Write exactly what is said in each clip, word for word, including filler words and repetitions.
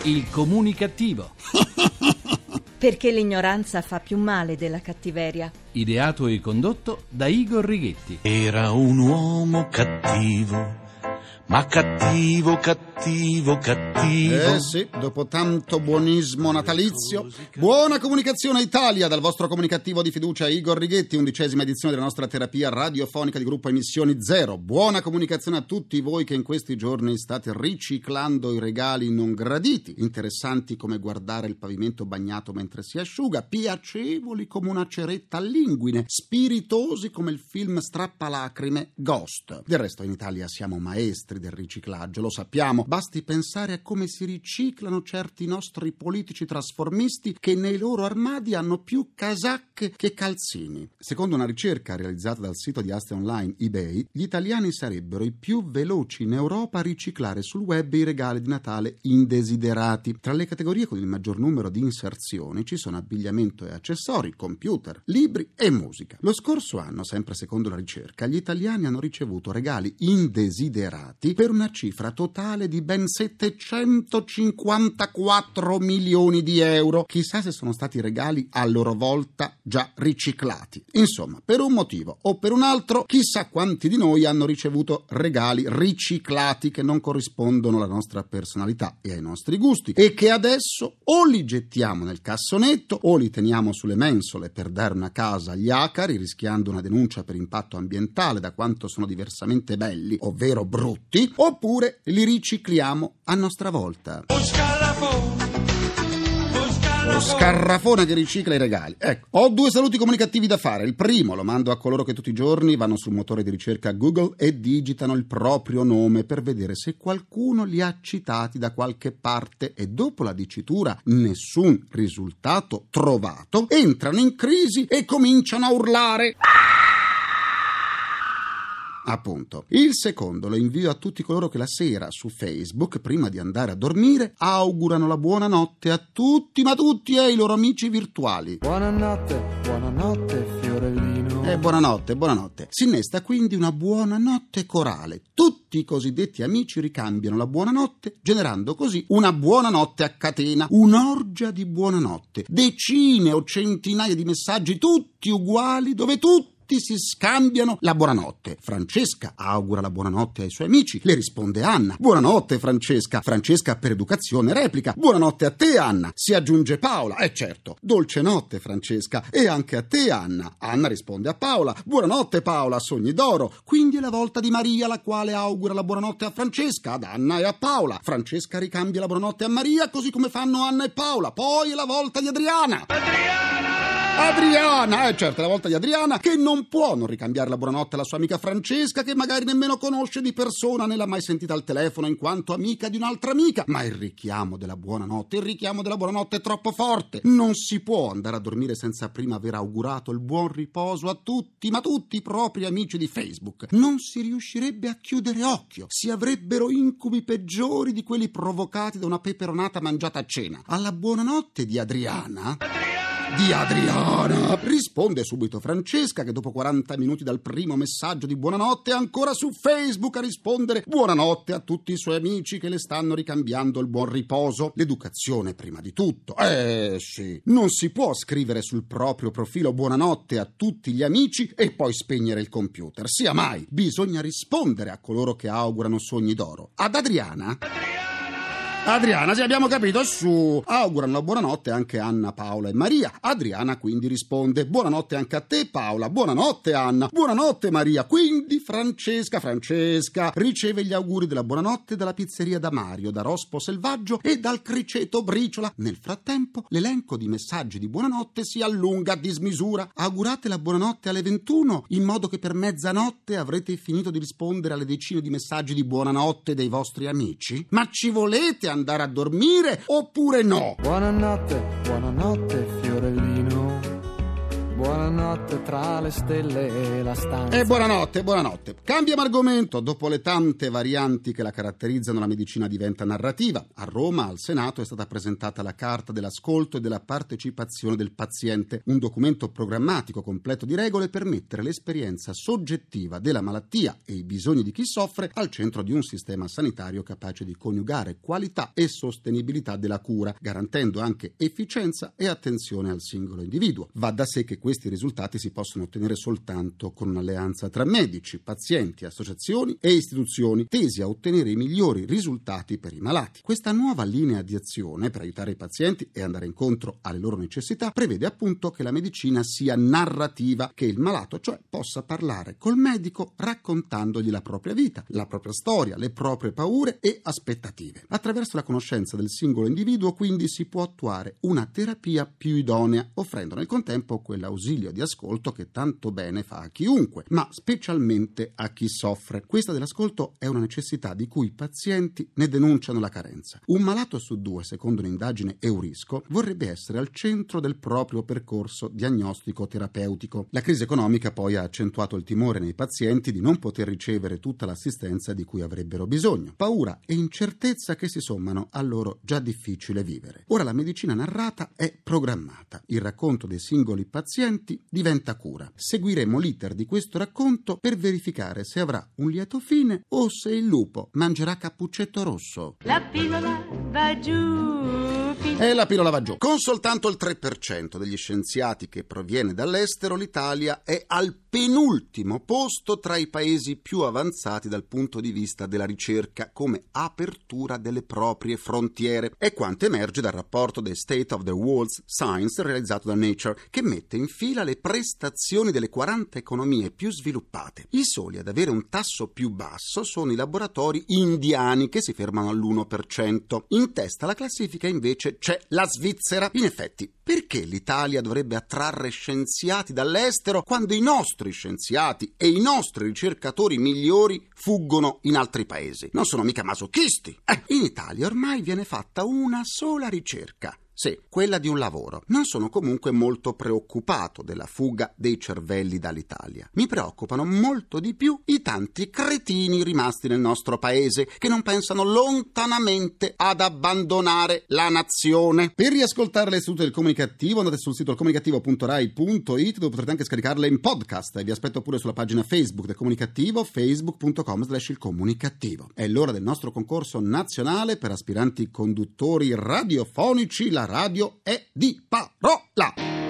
Il Comunicativo. Perché l'ignoranza fa più male della cattiveria. Ideato e condotto da Igor Righetti. Era un uomo cattivo, ma cattivo, cattivo, cattivo. Eh sì, dopo tanto buonismo natalizio. Buona comunicazione Italia dal vostro comunicativo di fiducia Igor Righetti, undicesima edizione della nostra terapia radiofonica di gruppo Emissioni Zero. Buona comunicazione a tutti voi che in questi giorni state riciclando i regali non graditi, interessanti come guardare il pavimento bagnato mentre si asciuga, piacevoli come una ceretta all'inguine, spiritosi come il film strappalacrime Ghost. Del resto in Italia siamo maestri del riciclaggio, lo sappiamo, basti pensare a come si riciclano certi nostri politici trasformisti che nei loro armadi hanno più casacche che calzini. Secondo una ricerca realizzata dal sito di aste online eBay, gli italiani sarebbero i più veloci in Europa a riciclare sul web i regali di Natale indesiderati. Tra le categorie con il maggior numero di inserzioni ci sono abbigliamento e accessori, computer, libri e musica. Lo scorso anno, sempre secondo la ricerca, gli italiani hanno ricevuto regali indesiderati per una cifra totale di ben settecentocinquantaquattro milioni di euro. Chissà se sono stati regali a loro volta già riciclati. Insomma, per un motivo o per un altro, chissà quanti di noi hanno ricevuto regali riciclati che non corrispondono alla nostra personalità e ai nostri gusti e che adesso o li gettiamo nel cassonetto o li teniamo sulle mensole per dare una casa agli acari, rischiando una denuncia per impatto ambientale da quanto sono diversamente belli, ovvero brutti, oppure li ricicliamo a nostra volta. Lo scarrafone che ricicla i regali. Ecco, ho due saluti comunicativi da fare. Il primo lo mando a coloro che tutti i giorni vanno sul motore di ricerca Google e digitano il proprio nome per vedere se qualcuno li ha citati da qualche parte e dopo la dicitura nessun risultato trovato entrano in crisi e cominciano a urlare. Appunto. Il secondo lo invio a tutti coloro che la sera su Facebook, prima di andare a dormire, augurano la buonanotte a tutti, ma tutti e i loro amici virtuali. Buonanotte, buonanotte Fiorellino. E buonanotte, buonanotte. Si innesta quindi una buonanotte corale. Tutti i cosiddetti amici ricambiano la buonanotte, generando così una buonanotte a catena, un'orgia di buonanotte, decine o centinaia di messaggi tutti uguali dove tutti si scambiano la buonanotte. Francesca augura la buonanotte ai suoi amici, le risponde Anna. Buonanotte Francesca. Francesca per educazione replica: buonanotte a te Anna. Si aggiunge Paola, e eh certo, dolce notte Francesca, e anche a te Anna. Anna risponde a Paola: buonanotte Paola, sogni d'oro. Quindi è la volta di Maria, la quale augura la buonanotte a Francesca, ad Anna e a Paola. Francesca ricambia la buonanotte a Maria, così come fanno Anna e Paola. Poi è la volta di Adriana. Adriana! Adriana, eh certo, è la volta di Adriana, che non può non ricambiare la buonanotte alla sua amica Francesca, che magari nemmeno conosce di persona né l'ha mai sentita al telefono in quanto amica di un'altra amica. Ma il richiamo della buonanotte, il richiamo della buonanotte è troppo forte. Non si può andare a dormire senza prima aver augurato il buon riposo a tutti, ma tutti i propri amici di Facebook. Non si riuscirebbe a chiudere occhio. Si avrebbero incubi peggiori di quelli provocati da una peperonata mangiata a cena. Alla buonanotte di Adriana... Di Adriana risponde subito Francesca, che dopo quaranta minuti dal primo messaggio di buonanotte è ancora su Facebook a rispondere buonanotte a tutti i suoi amici che le stanno ricambiando il buon riposo. L'educazione prima di tutto. Eh sì, non si può scrivere sul proprio profilo buonanotte a tutti gli amici e poi spegnere il computer. Sia mai, bisogna rispondere a coloro che augurano sogni d'oro. Ad Adriana Adriana, sì, abbiamo capito, su. Augurano la buonanotte anche Anna, Paola e Maria. Adriana quindi risponde buonanotte anche a te Paola, buonanotte Anna, buonanotte Maria. Quindi Francesca, Francesca riceve gli auguri della buonanotte dalla pizzeria da Mario, da Rospo Selvaggio e dal criceto Briciola. Nel frattempo l'elenco di messaggi di buonanotte si allunga a dismisura. Augurate la buonanotte alle ventuno, in modo che per mezzanotte avrete finito di rispondere alle decine di messaggi di buonanotte dei vostri amici? Ma ci volete andare a dormire oppure no? Buonanotte, buonanotte Fiorellino. Buonanotte tra le stelle e la stanza. E buonanotte, buonanotte. Cambiamo argomento. Dopo le tante varianti che la caratterizzano, la medicina diventa narrativa. A Roma, al Senato, è stata presentata la Carta dell'ascolto e della partecipazione del paziente, un documento programmatico completo di regole per mettere l'esperienza soggettiva della malattia e i bisogni di chi soffre al centro di un sistema sanitario capace di coniugare qualità e sostenibilità della cura, garantendo anche efficienza e attenzione al singolo individuo. Va da sé che questi risultati si possono ottenere soltanto con un'alleanza tra medici, pazienti, associazioni e istituzioni tesi a ottenere i migliori risultati per i malati. Questa nuova linea di azione per aiutare i pazienti e andare incontro alle loro necessità prevede appunto che la medicina sia narrativa, che il malato cioè possa parlare col medico raccontandogli la propria vita, la propria storia, le proprie paure e aspettative. Attraverso la conoscenza del singolo individuo quindi si può attuare una terapia più idonea, offrendo nel contempo quella ausilio di ascolto che tanto bene fa a chiunque, ma specialmente a chi soffre. Questa dell'ascolto è una necessità di cui i pazienti ne denunciano la carenza. Un malato su due, secondo un'indagine Eurisco, vorrebbe essere al centro del proprio percorso diagnostico-terapeutico. La crisi economica poi ha accentuato il timore nei pazienti di non poter ricevere tutta l'assistenza di cui avrebbero bisogno. Paura e incertezza che si sommano al loro già difficile vivere. Ora la medicina narrata è programmata. Il racconto dei singoli pazienti diventa cura. Seguiremo l'iter di questo racconto per verificare se avrà un lieto fine o se il lupo mangerà cappuccetto rosso. La pillola va giù. E la pillola va giù. Con soltanto il tre per cento degli scienziati che proviene dall'estero, l'Italia è al penultimo posto tra i paesi più avanzati dal punto di vista della ricerca come apertura delle proprie frontiere. È quanto emerge dal rapporto The State of the World's Science realizzato da Nature, che mette in fila le prestazioni delle quaranta economie più sviluppate. I soli ad avere un tasso più basso sono i laboratori indiani, che si fermano all'uno per cento. In testa alla classifica invece c'è la Svizzera. In effetti, perché l'Italia dovrebbe attrarre scienziati dall'estero quando i nostri scienziati e i nostri ricercatori migliori fuggono in altri paesi? Non sono mica masochisti. Eh, in Italia ormai viene fatta una sola ricerca. Sì, quella di un lavoro. Non sono comunque molto preoccupato della fuga dei cervelli dall'Italia. Mi preoccupano molto di più i tanti cretini rimasti nel nostro paese che non pensano lontanamente ad abbandonare la nazione. Per riascoltare le sedute del Comunicativo andate sul sito comunicativo punto rai punto it, dove potrete anche scaricarle in podcast, e vi aspetto pure sulla pagina Facebook del Comunicativo, facebook punto com slash il comunicativo. È l'ora del nostro concorso nazionale per aspiranti conduttori radiofonici. La radio è di parola.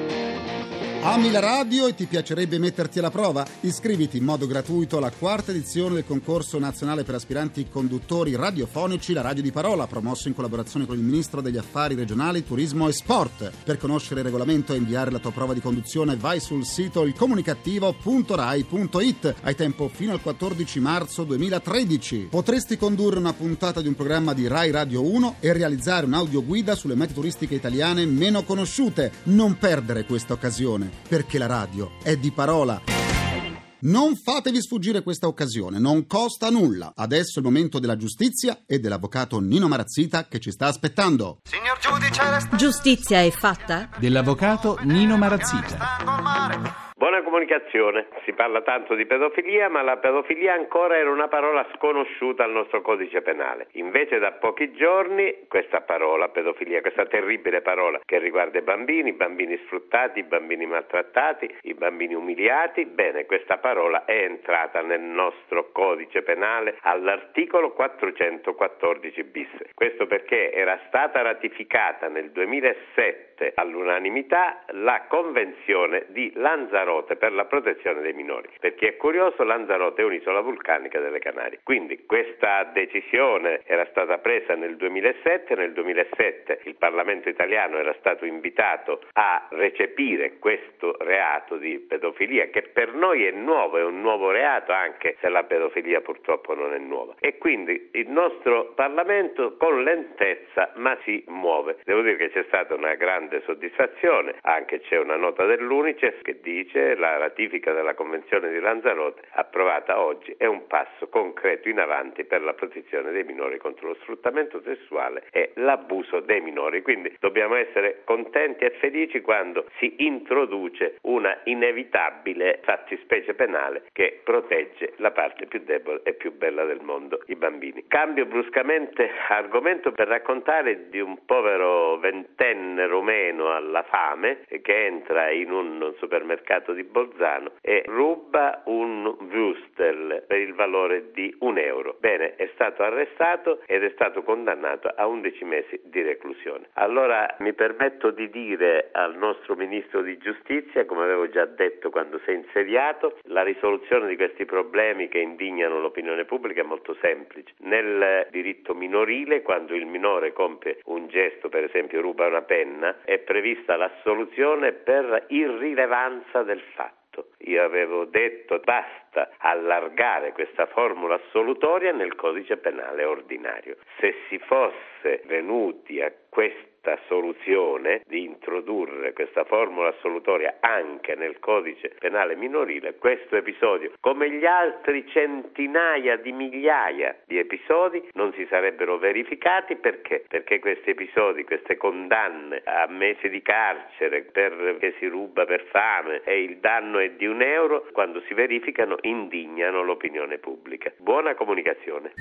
Ami la radio e ti piacerebbe metterti alla prova? Iscriviti in modo gratuito alla quarta edizione del concorso nazionale per aspiranti conduttori radiofonici La Radio di Parola, promosso in collaborazione con il Ministro degli Affari Regionali, Turismo e Sport. Per conoscere il regolamento e inviare la tua prova di conduzione vai sul sito il comunicativo punto rai punto it. Hai tempo fino al quattordici marzo duemilatredici. Potresti condurre una puntata di un programma di Rai Radio uno e realizzare un'audioguida sulle mete turistiche italiane meno conosciute. Non perdere questa occasione, perché la radio è di parola. Non fatevi sfuggire questa occasione, non costa nulla. Adesso è il momento della giustizia e dell'avvocato Nino Marazzita che ci sta aspettando. Signor giudice, resta... Giustizia è fatta? Dell'avvocato Nino Marazzita. Buona comunicazione. Si parla tanto di pedofilia, ma la pedofilia ancora era una parola sconosciuta al nostro codice penale. Invece da pochi giorni questa parola, pedofilia, questa terribile parola che riguarda i bambini, i bambini sfruttati, i bambini maltrattati, i bambini umiliati, bene, questa parola è entrata nel nostro codice penale all'articolo quattrocentoquattordici bis. Questo perché era stata ratificata nel duemilasette all'unanimità la Convenzione di Lanzarote per la protezione dei minori. Per chi è curioso, Lanzarote è un'isola vulcanica delle Canarie. Quindi questa decisione era stata presa nel duemilasette. Nel duemilasette il Parlamento italiano era stato invitato a recepire questo reato di pedofilia, che per noi è nuovo, è un nuovo reato, anche se la pedofilia purtroppo non è nuova. E quindi il nostro Parlamento con lentezza ma si muove. Devo dire che c'è stata una grande soddisfazione, anche c'è una nota dell'Unicef che dice la ratifica della Convenzione di Lanzarote, approvata oggi, è un passo concreto in avanti per la protezione dei minori contro lo sfruttamento sessuale e l'abuso dei minori. Quindi dobbiamo essere contenti e felici quando si introduce una inevitabile fattispecie penale che protegge la parte più debole e più bella del mondo, i bambini. Cambio bruscamente argomento per raccontare di un povero ventenne rumeno alla fame che entra in un supermercato di Bolzano e ruba un Würstel per il valore di un euro. Bene, è stato arrestato ed è stato condannato a undici mesi di reclusione. Allora mi permetto di dire al nostro Ministro di Giustizia, come avevo già detto quando si è insediato, la risoluzione di questi problemi che indignano l'opinione pubblica è molto semplice. Nel diritto minorile, quando il minore compie un gesto, per esempio ruba una penna, è prevista l'assoluzione per irrilevanza del fatto. Io avevo detto basta allargare questa formula assolutoria nel codice penale ordinario. Se si fosse venuti a questa soluzione di introdurre questa formula assolutoria anche nel codice penale minorile, questo episodio, come gli altri centinaia di migliaia di episodi, non si sarebbero verificati. Perché? Perché questi episodi, queste condanne a mesi di carcere perché si ruba per fame e il danno è di un euro, quando si verificano indignano l'opinione pubblica. Buona comunicazione.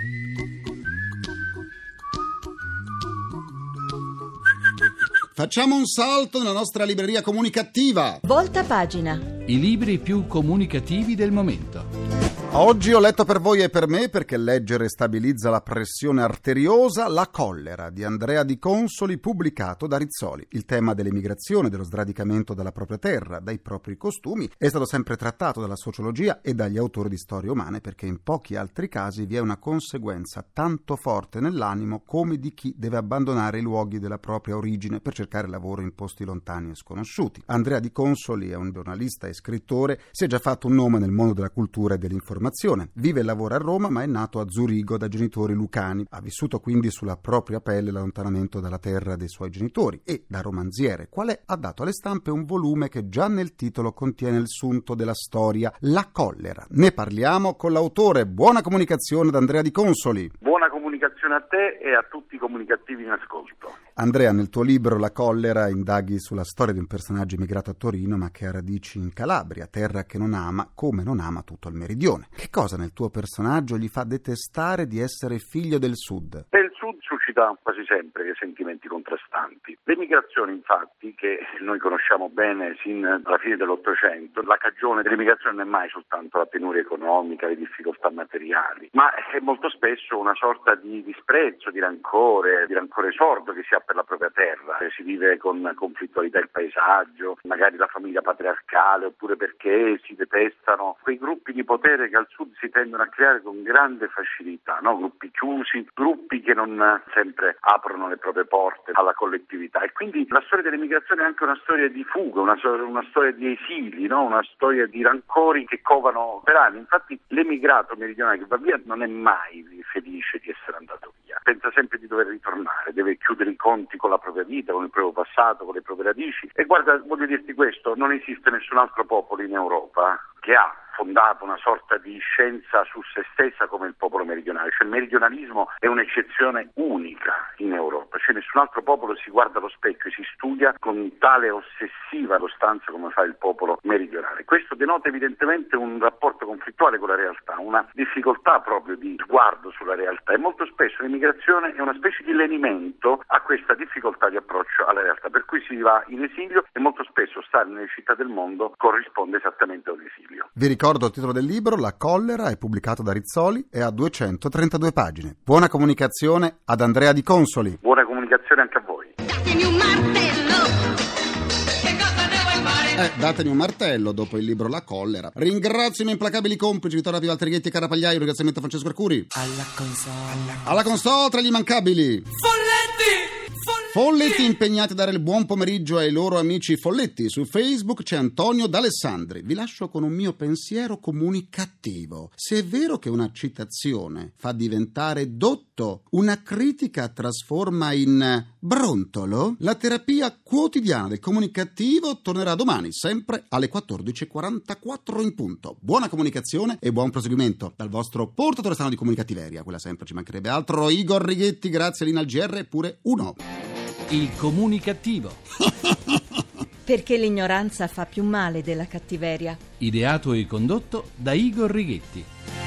Facciamo un salto nella nostra libreria comunicativa. Volta pagina. I libri più comunicativi del momento. Oggi ho letto per voi e per me, perché leggere stabilizza la pressione arteriosa, La collera di Andrea Di Consoli, pubblicato da Rizzoli. Il tema dell'emigrazione, dello sradicamento dalla propria terra, dai propri costumi, è stato sempre trattato dalla sociologia e dagli autori di storie umane, perché in pochi altri casi vi è una conseguenza tanto forte nell'animo come di chi deve abbandonare i luoghi della propria origine per cercare lavoro in posti lontani e sconosciuti. Andrea Di Consoli è un giornalista e scrittore, si è già fatto un nome nel mondo della cultura e dell'informazione. Vive e lavora a Roma, ma è nato a Zurigo da genitori lucani. Ha vissuto quindi sulla propria pelle l'allontanamento dalla terra dei suoi genitori e, da romanziere qual è, ha dato alle stampe un volume che già nel titolo contiene il sunto della storia, La collera. Ne parliamo con l'autore. Buona comunicazione da Andrea Di Consoli. Buona comunicazione a te e a tutti i comunicativi in ascolto. Andrea, nel tuo libro La collera indaghi sulla storia di un personaggio immigrato a Torino ma che ha radici in Calabria, terra che non ama come non ama tutto il meridione. Che cosa nel tuo personaggio gli fa detestare di essere figlio del Sud? E il Sud suscita quasi sempre sentimenti contrastanti. L'emigrazione, infatti, che noi conosciamo bene sin dalla fine dell'Ottocento, la cagione dell'emigrazione non è mai soltanto la penuria economica, le difficoltà materiali, ma è molto spesso una sorta di disprezzo, di rancore, di rancore sordo che si ha per la propria terra. Si vive con conflittualità il paesaggio, magari la famiglia patriarcale, oppure perché si detestano quei gruppi di potere che al Sud si tendono a creare con grande facilità, no? Gruppi chiusi, gruppi che non sempre aprono le proprie porte alla collettività. E quindi la storia dell'emigrazione è anche una storia di fuga, una, una storia di esili, no? Una storia di rancori che covano per anni. Infatti l'emigrato meridionale che va via non è mai felice di essere andato via, pensa sempre di dover ritornare, deve chiudere i conti con la propria vita, con il proprio passato, con le proprie radici. E guarda, voglio dirti questo, non esiste nessun altro popolo in Europa che ha fondato una sorta di scienza su se stessa come il popolo meridionale. Cioè il meridionalismo è un'eccezione unica in Europa, cioè nessun altro popolo si guarda allo specchio e si studia con tale ossessiva costanza come fa il popolo meridionale. Questo denota evidentemente un rapporto conflittuale con la realtà, una difficoltà proprio di sguardo sulla realtà, e molto spesso l'immigrazione è una specie di lenimento a questa difficoltà di approccio alla realtà, per cui si va in esilio e molto spesso stare nelle città del mondo corrisponde esattamente a un esilio. Vi ricordo il titolo del libro, La collera, è pubblicato da Rizzoli e ha duecentotrentadue pagine. Buona comunicazione ad Andrea Di Consoli. Buona comunicazione anche a voi. Datemi un martello. Che cosa ne vuoi fare? Eh, datemi un martello dopo il libro La collera. Ringrazio i miei implacabili complici Vittorio Pivaltrighetti e Carapagliai, un ringraziamento a Francesco Arcuri. Alla console. Alla console tra gli immancabili Folletti! Folletti! Folletti impegnati a dare il buon pomeriggio ai loro amici folletti. Su Facebook c'è Antonio D'Alessandri. Vi lascio con un mio pensiero comunicativo. Se è vero che una citazione fa diventare dotto, una critica trasforma in brontolo, la terapia quotidiana del comunicativo tornerà domani, sempre alle quattordici e quarantaquattro in punto. Buona comunicazione e buon proseguimento dal vostro portatore strano di comunicativeria, quella sempre, ci mancherebbe altro, Igor Righetti. Grazie Lina al G R, pure uno. Il comunicativo. Perché l'ignoranza fa più male della cattiveria. Ideato e condotto da Igor Righetti.